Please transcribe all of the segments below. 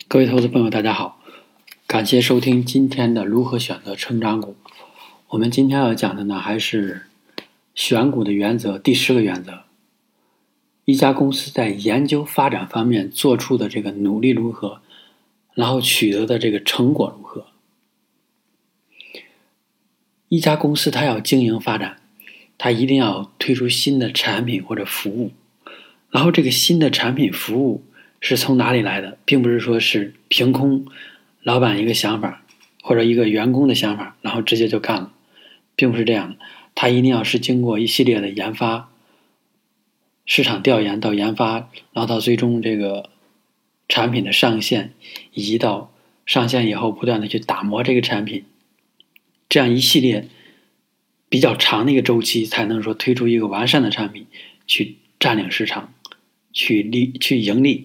各位投资朋友大家好，感谢收听今天的如何选择成长股。我们今天要讲的呢，还是选股的原则，第10个原则。一家公司在研究发展方面做出的这个努力如何，然后取得的这个成果如何。一家公司它要经营发展，它一定要推出新的产品或者服务，然后这个新的产品服务是从哪里来的，并不是说是凭空老板一个想法或者一个员工的想法然后直接就干了，并不是这样的。它一定要是经过一系列的研发，市场调研到研发，然后到最终这个产品的上线，以及到上线以后不断的去打磨这个产品，这样一系列比较长的一个周期，才能说推出一个完善的产品，去占领市场，去盈利。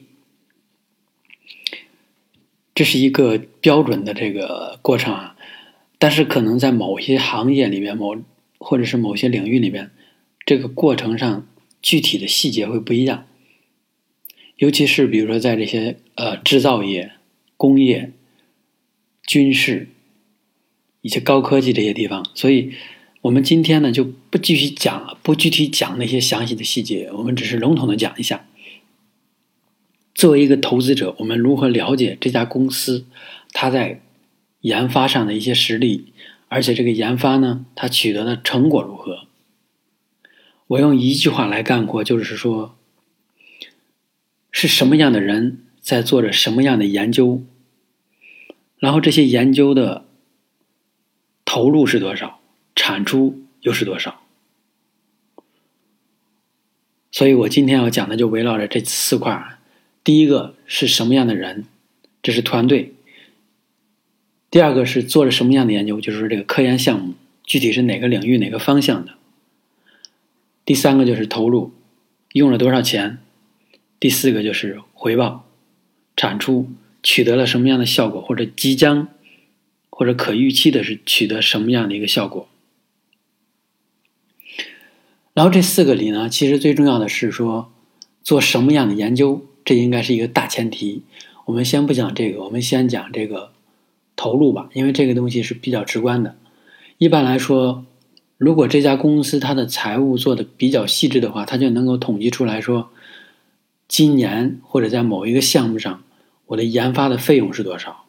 这是一个标准的这个过程啊，但是可能在某些行业里面，或者是某些领域里面，这个过程上具体的细节会不一样。尤其是比如说在这些制造业、工业、军事一些高科技这些地方，所以我们今天呢就不具体讲那些详细的细节，我们只是笼统的讲一下。作为一个投资者，我们如何了解这家公司它在研发上的一些实力，而且这个研发呢，它取得的成果如何？我用一句话来概括，就是说，是什么样的人在做着什么样的研究，然后这些研究的投入是多少，产出又是多少。所以我今天要讲的就围绕着这4块。第一个是什么样的人，这是团队。第二个是做着什么样的研究，就是这个科研项目具体是哪个领域哪个方向的。第三个就是投入，用了多少钱。第4个就是回报，产出取得了什么样的效果，或者即将或者可预期的是取得什么样的一个效果。然后这4个里呢，其实最重要的是说做什么样的研究，这应该是一个大前提。我们先不讲这个，我们先讲这个投入吧，因为这个东西是比较直观的。一般来说，如果这家公司它的财务做的比较细致的话，它就能够统计出来说，今年或者在某一个项目上，我的研发的费用是多少。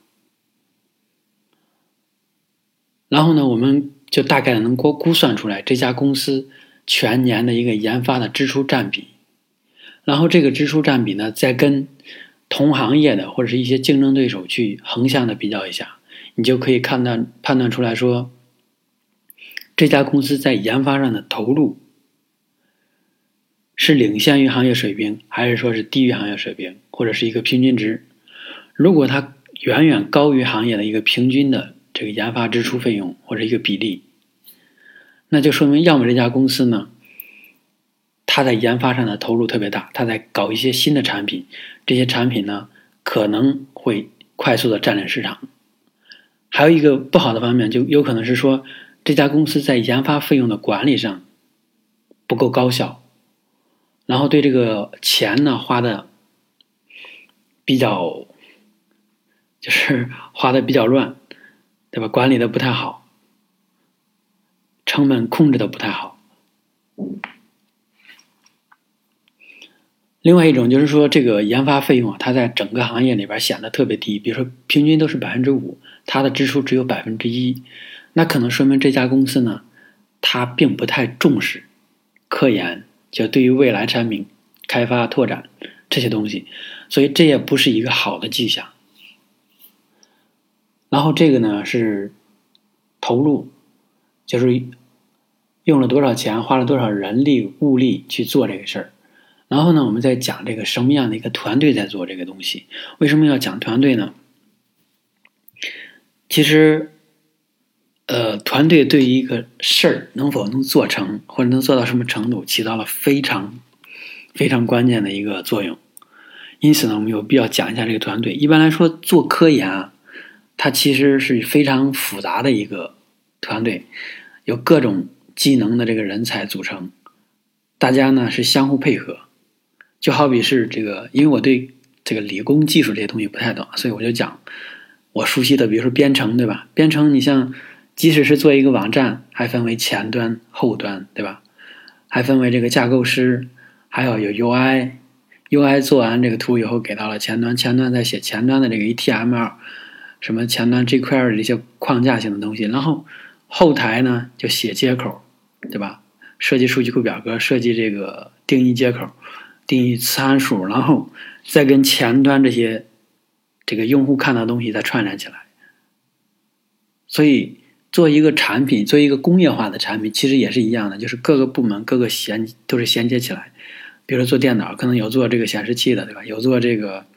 然后呢，我们就大概能估算出来这家公司全年的一个研发的支出占比。然后这个支出占比呢，再跟同行业的或者是一些竞争对手去横向的比较一下，你就可以判断出来说，这家公司在研发上的投入是领先于行业水平，还是说是低于行业水平，或者是一个平均值。如果它远远高于行业的一个平均的这个研发支出费用或者一个比例，那就说明要么这家公司呢，它在研发上的投入特别大，它在搞一些新的产品，这些产品呢可能会快速的占领市场。还有一个不好的方面，就有可能是说这家公司在研发费用的管理上不够高效，然后对这个钱呢花的比较乱，对吧？管理的不太好，成本控制的不太好。另外一种就是说，这个研发费用它在整个行业里边显得特别低，比如说平均都是 5%， 它的支出只有 1%， 那可能说明这家公司呢，它并不太重视科研，就对于未来产品开发拓展这些东西，所以这也不是一个好的迹象。然后这个呢是投入，就是用了多少钱，花了多少人力物力去做这个事儿。然后呢，我们再讲这个什么样的一个团队在做这个东西。为什么要讲团队呢？其实团队对于一个事儿能否能做成，或者能做到什么程度，起到了非常非常关键的一个作用。因此呢，我们有必要讲一下这个团队。一般来说，做科研啊，它其实是非常复杂的一个团队，有各种技能的这个人才组成，大家呢是相互配合。就好比是这个，因为我对这个理工技术这些东西不太懂，所以我就讲我熟悉的，比如说编程，对吧？编程你像即使是做一个网站，还分为前端、后端，对吧？还分为这个架构师，还有UI 做完这个图以后给到了前端，前端再写前端的这个 HTML， 什么前端 jQuery 这些框架性的东西，然后后台呢就写接口，对吧？设计数据库表格，设计这个定义接口，定义参数，然后再跟前端这些这个用户看到的东西再串联起来。所以做一个产品，做一个工业化的产品，其实也是一样的，就是各个部门各个都是衔接起来。比如说做电脑，可能有做这个显示器的，对吧？有做这个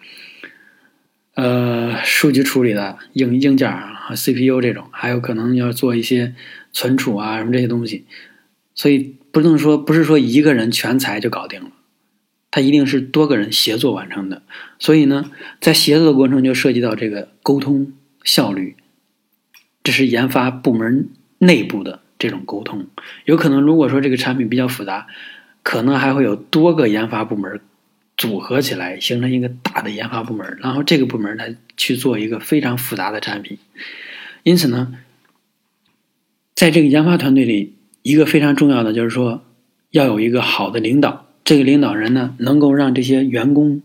数据处理的硬件和 CPU 这种，还有可能要做一些存储啊什么这些东西。所以不是说一个人全才就搞定了，它一定是多个人协作完成的。所以呢，在协作的过程就涉及到这个沟通效率，这是研发部门内部的这种沟通。有可能如果说这个产品比较复杂，可能还会有多个研发部门组合起来形成一个大的研发部门，然后这个部门来去做一个非常复杂的产品。因此呢，在这个研发团队里，一个非常重要的就是说要有一个好的领导，这个领导人呢能够让这些员工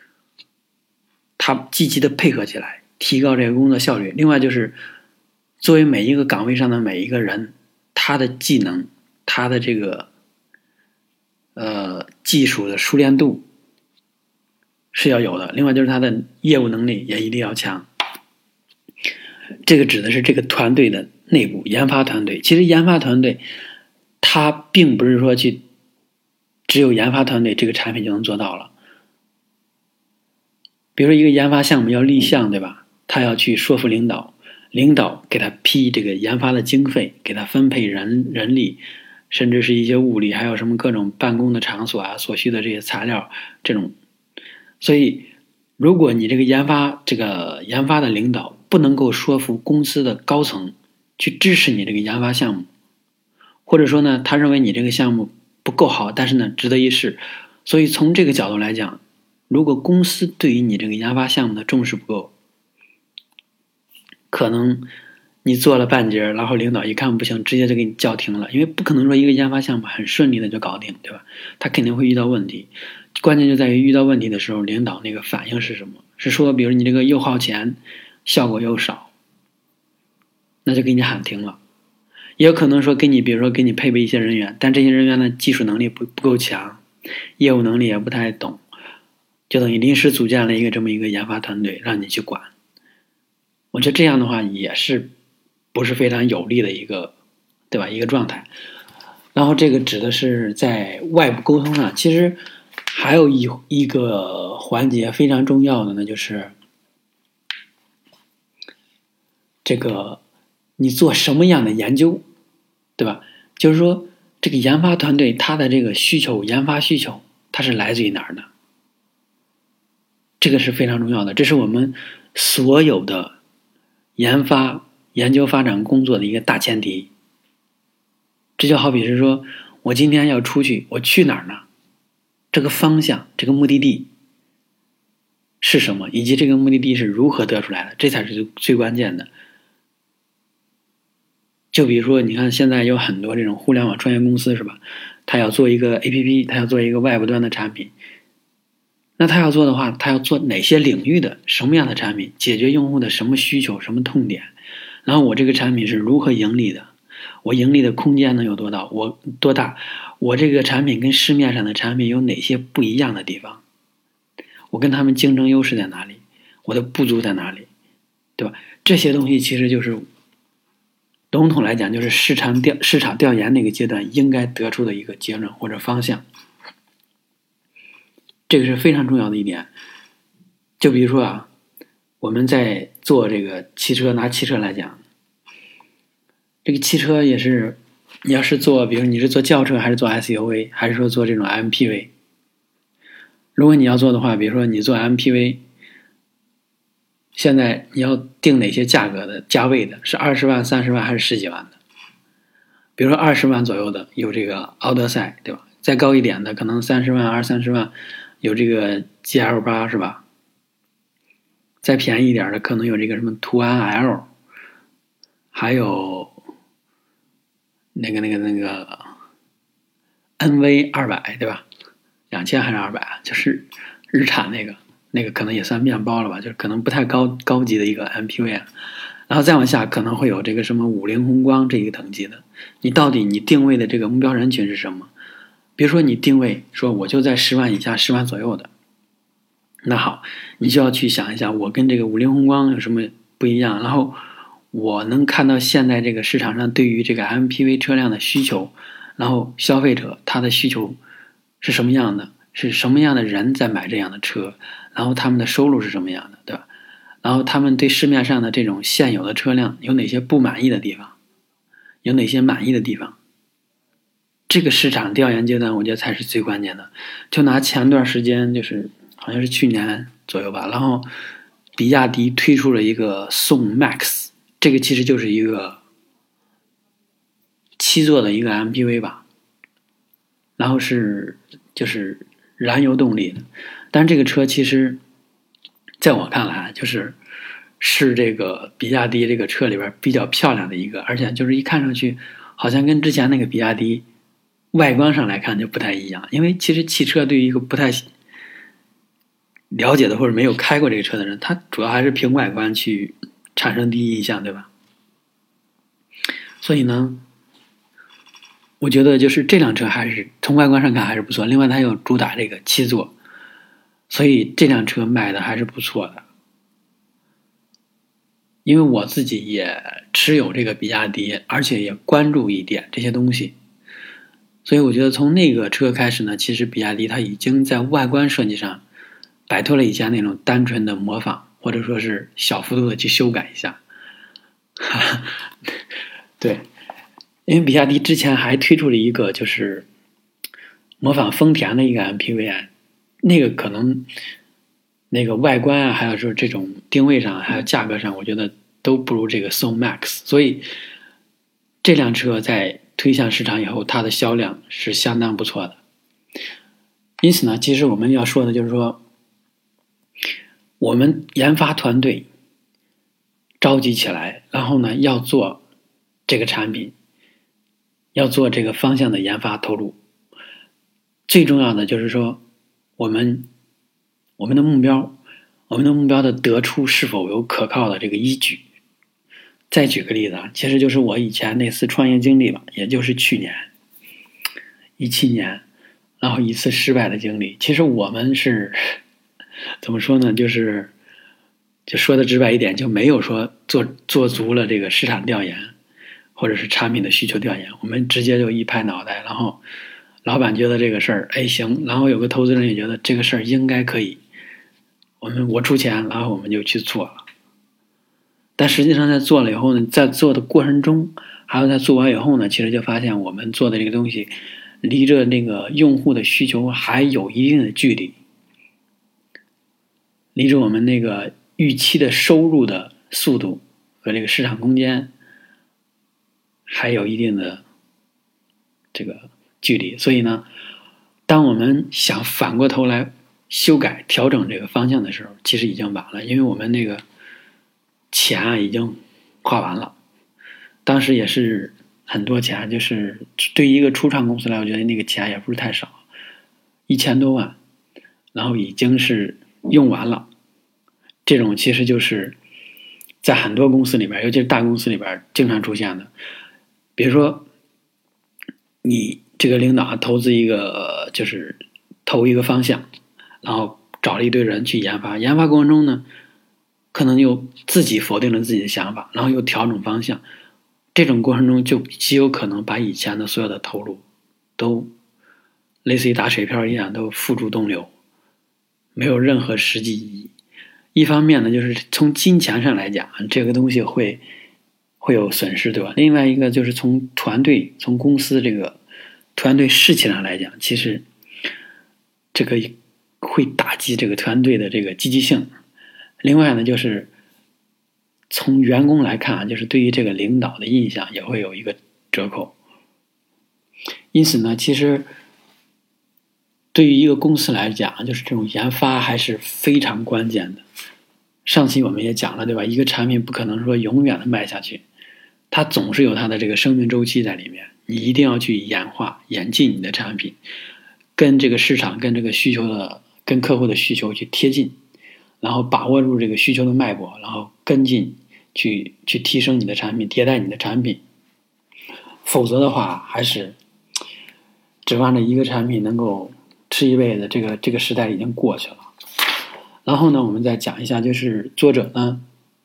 他积极的配合起来，提高这个工作效率。另外就是作为每一个岗位上的每一个人，他的技能，他的这个技术的熟练度是要有的。另外就是他的业务能力也一定要强。这个指的是这个团队的内部研发团队。其实研发团队它并不是说只有研发团队这个产品就能做到了。比如说一个研发项目要立项，对吧？他要去说服领导，领导给他批这个研发的经费，给他分配人力，甚至是一些物力，还有什么各种办公的场所啊，所需的这些材料这种。所以如果你这个研发的领导不能够说服公司的高层去支持你这个研发项目，或者说呢他认为你这个项目不够好，但是呢值得一试，所以从这个角度来讲，如果公司对于你这个研发项目的重视不够，可能你做了半截，然后领导一看不行，直接就给你叫停了。因为不可能说一个研发项目很顺利的就搞定，对吧？他肯定会遇到问题。关键就在于遇到问题的时候，领导那个反应是什么？是说比如你这个又耗钱，效果又少，那就给你喊停了。也有可能说比如说给你配备一些人员，但这些人员呢技术能力不够强，业务能力也不太懂，就等于临时组建了这么一个研发团队让你去管。我觉得这样的话也是不是非常有利的一个，对吧？一个状态。然后这个指的是在外部沟通上，其实还有一个环节非常重要的呢，就是这个你做什么样的研究，对吧？就是说这个研发团队它的这个研发需求它是来自于哪儿呢？这个是非常重要的，这是我们所有的研发研究发展工作的一个大前提。这就好比是说我今天要出去，我去哪儿呢？这个方向，这个目的地是什么，以及这个目的地是如何得出来的，这才是最关键的。就比如说你看现在有很多这种互联网创业公司，是吧？他要做一个 APP， 他要做一个外部端的产品，那他要做的话，他要做哪些领域的什么样的产品，解决用户的什么需求什么痛点，然后我这个产品是如何盈利的，我盈利的空间能有多大，我这个产品跟市面上的产品有哪些不一样的地方，我跟他们竞争优势在哪里，我的不足在哪里，对吧？这些东西其实就是笼统来讲，就是市场调研那个阶段应该得出的一个结论或者方向。这个是非常重要的一点。就比如说啊，我们在做这个汽车，拿汽车来讲，这个汽车也是，你要是做，比如你是做轿车还是做 SUV， 还是说做这种 MPV， 如果你要做的话，比如说你做 MPV， 现在你要定哪些价位的，是20万、30万还是10几万的？比如说20万左右的有这个奥德赛，对吧？再高一点的可能30万、20、30万有这个 GL8，是吧？ 再便宜一点的可能有这个什么途安 L， 还有那个 NV200，对吧？2000还是200啊？就是日产那个可能也算面包了吧，就是可能不太高级的一个 MPV 啊。然后再往下可能会有这个什么50宏光这一个等级的。你到底你定位的这个目标人群是什么？比如说你定位说我就在10万以下10万左右的，那好，你就要去想一下我跟这个50宏光有什么不一样，然后我能看到现在这个市场上对于这个 MPV 车辆的需求，然后消费者他的需求是什么样的，是什么样的人在买这样的车，然后他们的收入是什么样的，对吧？然后他们对市面上的这种现有的车辆有哪些不满意的地方，有哪些满意的地方，这个市场调研阶段我觉得才是最关键的。就拿前段时间，就是好像是去年左右吧，然后比亚迪推出了一个宋 MAX， 这个其实就是一个7座的一个 MPV 吧，然后就是燃油动力的，但是这个车其实在我看来是这个比亚迪这个车里边比较漂亮的一个，而且就是一看上去好像跟之前那个比亚迪外观上来看就不太一样。因为其实汽车对于一个不太了解的或者没有开过这个车的人，他主要还是凭外观去产生第一印象，对吧？所以呢，我觉得就是这辆车还是从外观上看还是不错，另外它又主打这个7座，所以这辆车卖的还是不错的。因为我自己也持有这个比亚迪，而且也关注一点这些东西，所以我觉得从那个车开始呢，其实比亚迪它已经在外观设计上摆脱了以前那种单纯的模仿，或者说是小幅度的去修改一下。对，因为比亚迪之前还推出了一个就是模仿丰田的一个 MPV 啊，那个可能那个外观啊，还有说这种定位上，还有价格上，我觉得都不如这个宋 MAX， 所以这辆车在推向市场以后，它的销量是相当不错的。因此呢，其实我们要说的就是说，我们研发团队召集起来，然后呢，要做这个产品，要做这个方向的研发投入。最重要的就是说，我们的目标的得出是否有可靠的这个依据。再举个例子啊，其实就是我以前那次创业经历吧，也就是去年17年，然后一次失败的经历。其实我们是怎么说呢？就说的直白一点，就没有说做足了这个市场调研，或者是产品的需求调研，我们直接就一拍脑袋，然后老板觉得这个事儿行，然后有个投资人也觉得这个事儿应该可以，我出钱，然后我们就去做了。但实际上在做了以后呢，在做的过程中，还有在做完以后呢，其实就发现我们做的这个东西离着那个用户的需求还有一定的距离，离着我们那个预期的收入的速度和这个市场空间还有一定的这个距离。所以呢，当我们想反过头来修改调整这个方向的时候，其实已经晚了，因为我们那个钱啊已经花完了。当时也是很多钱，就是对于一个初创公司来，我觉得那个钱也不是太少，1000多万，然后已经是用完了。这种其实就是在很多公司里边，尤其是大公司里边经常出现的。比如说你这个领导投资一个，就是投一个方向，然后找了一堆人去研发，研发过程中呢，可能又自己否定了自己的想法，然后又调整方向，这种过程中就极有可能把以前的所有的投入都类似于打水漂一样，都付诸东流，没有任何实际意义。一方面呢，就是从金钱上来讲，这个东西会有损失，对吧？另外一个就是从公司这个团队士气上来讲，其实这个会打击这个团队的这个积极性。另外呢，就是从员工来看，就是对于这个领导的印象也会有一个折扣。因此呢，其实对于一个公司来讲，就是这种研发还是非常关键的。 上期我们也讲了，对吧？一个产品不可能说永远的卖下去，它总是有它的这个生命周期在里面。你一定要去演化、演进你的产品，跟这个市场、跟这个需求的、跟客户的需求去贴近，然后把握住这个需求的脉搏，然后跟进去提升你的产品，迭代你的产品。否则的话，还是指望着一个产品能够吃一辈子，这个时代已经过去了。然后呢，我们再讲一下，就是作者呢，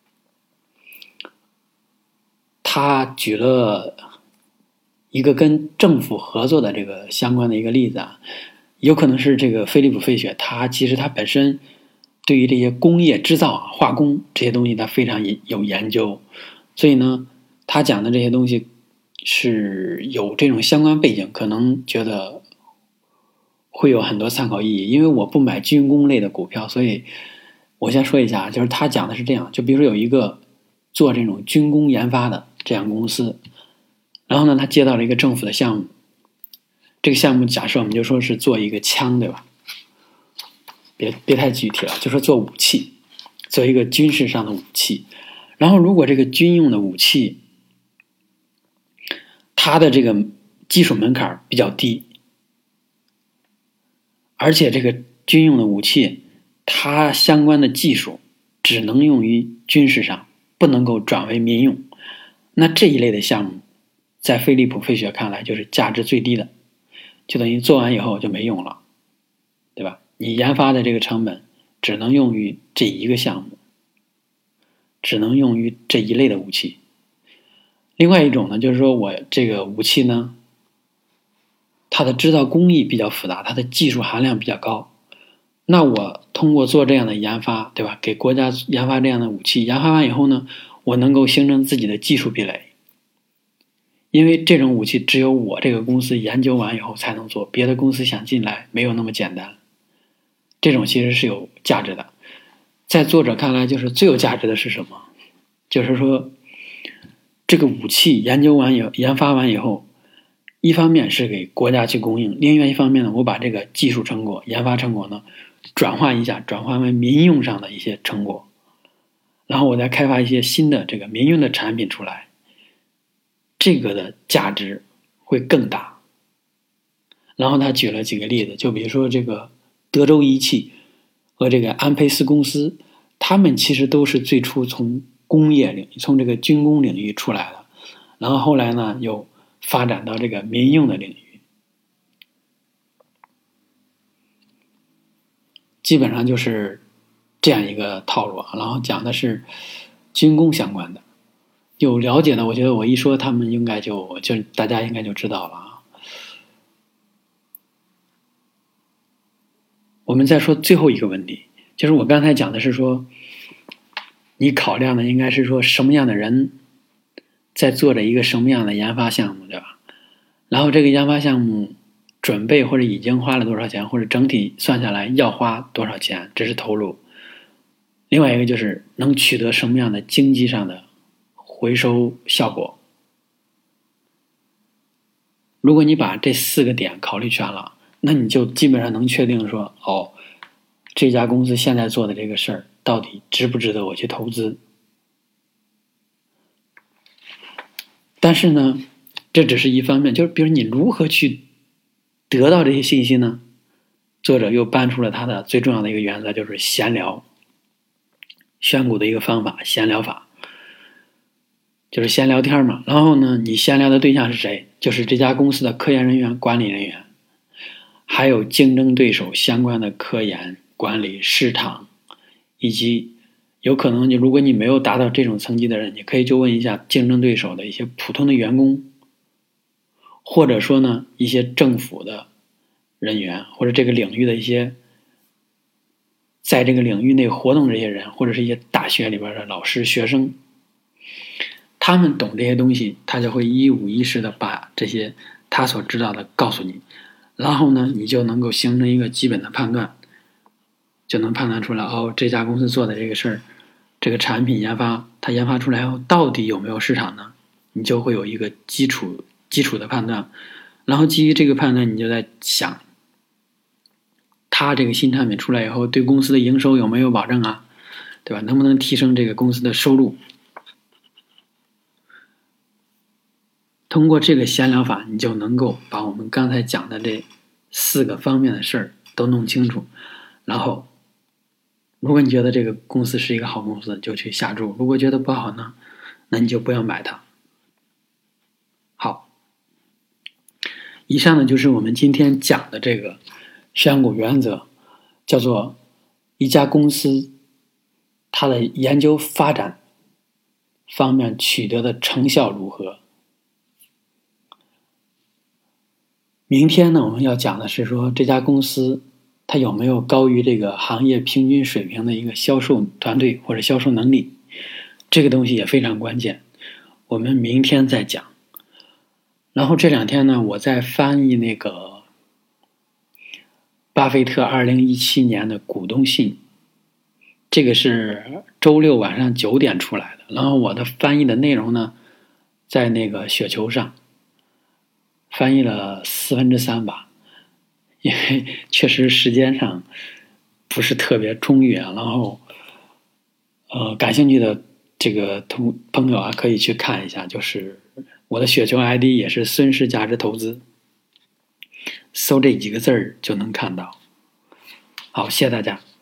他举了一个跟政府合作的这个相关的一个例子啊，有可能是这个飞利浦费雪，其实他本身对于这些工业制造啊、化工这些东西，他非常有研究，所以呢，他讲的这些东西是有这种相关背景，可能觉得会有很多参考意义。因为我不买军工类的股票，所以我先说一下，就是他讲的是这样，就比如说有一个做这种军工研发的这样公司，然后呢，他接到了一个政府的项目，这个项目假设我们就说是做一个枪，对吧？别太具体了，就说做武器，做一个军事上的武器。然后如果这个军用的武器，它的这个技术门槛比较低，而且这个军用的武器，它相关的技术只能用于军事上，不能够转为民用。那这一类的项目，在飞利浦费雪看来就是价值最低的，就等于做完以后就没用了，对吧？你研发的这个成本只能用于这一个项目，只能用于这一类的武器。另外一种呢，就是说我这个武器呢，它的制造工艺比较复杂，它的技术含量比较高。那我通过做这样的研发，对吧？给国家研发这样的武器，研发完以后呢，我能够形成自己的技术壁垒。因为这种武器只有我这个公司研究完以后才能做，别的公司想进来没有那么简单。这种其实是有价值的。在作者看来，就是最有价值的是什么？就是说，这个武器研发完以后，一方面是给国家去供应，另外一方面呢，我把这个技术成果、研发成果呢，转换为民用上的一些成果，然后我再开发一些新的这个民用的产品出来，这个的价值会更大。然后他举了几个例子，就比如说这个德州仪器和这个安培斯公司，他们其实都是最初从工业领域、从这个军工领域出来的，然后后来呢又发展到这个民用的领域，基本上就是这样一个套路啊。然后讲的是军工相关的，有了解的，我觉得我一说他们应该就大家应该就知道了啊。我们再说最后一个问题，就是我刚才讲的是说，你考量的应该是说什么样的人在做着一个什么样的研发项目，对吧？然后这个研发项目准备或者已经花了多少钱，或者整体算下来要花多少钱，这是投入。另外一个就是能取得什么样的经济上的回收效果。如果你把这4个点考虑全了，那你就基本上能确定说，这家公司现在做的这个事儿到底值不值得我去投资。但是呢，这只是一方面，就是比如你如何去得到这些信息呢？作者又搬出了他的最重要的一个原则，就是闲聊。选股的一个方法，闲聊法，就是闲聊天嘛。然后呢，你闲聊的对象是谁？就是这家公司的科研人员、管理人员，还有竞争对手相关的科研、管理、市场，以及有可能如果你没有达到这种层级的人，你可以就问一下竞争对手的一些普通的员工，或者说呢一些政府的人员，或者这个领域的一些在这个领域内活动这些人，或者是一些大学里边的老师、学生，他们懂这些东西，他就会一五一十的把这些他所知道的告诉你，然后呢，你就能够形成一个基本的判断，就能判断出来，这家公司做的这个事儿，这个产品研发，它研发出来后到底有没有市场呢？你就会有一个基础的判断，然后基于这个判断，你就在想，它这个新产品出来以后，对公司的营收有没有保证啊？ 对吧？能不能提升这个公司的收入？通过这个闲聊法，你就能够把我们刚才讲的这4个方面的事儿都弄清楚。然后，如果你觉得这个公司是一个好公司，就去下注；如果觉得不好呢，那你就不要买它。好，以上呢就是我们今天讲的这个选股原则，叫做一家公司它的研究发展方面取得的成效如何。明天呢，我们要讲的是说这家公司它有没有高于这个行业平均水平的一个销售团队或者销售能力，这个东西也非常关键，我们明天再讲。然后这2天呢，我在翻译那个巴菲特2017年的股东信，这个是周6晚上9点出来的。然后我的翻译的内容呢，在那个雪球上翻译了3/4吧，因为确实时间上不是特别充裕啊。然后，感兴趣的这个朋友啊，可以去看一下，就是我的雪球 ID 也是孙氏价值投资，搜这几个字儿就能看到。好，谢谢大家。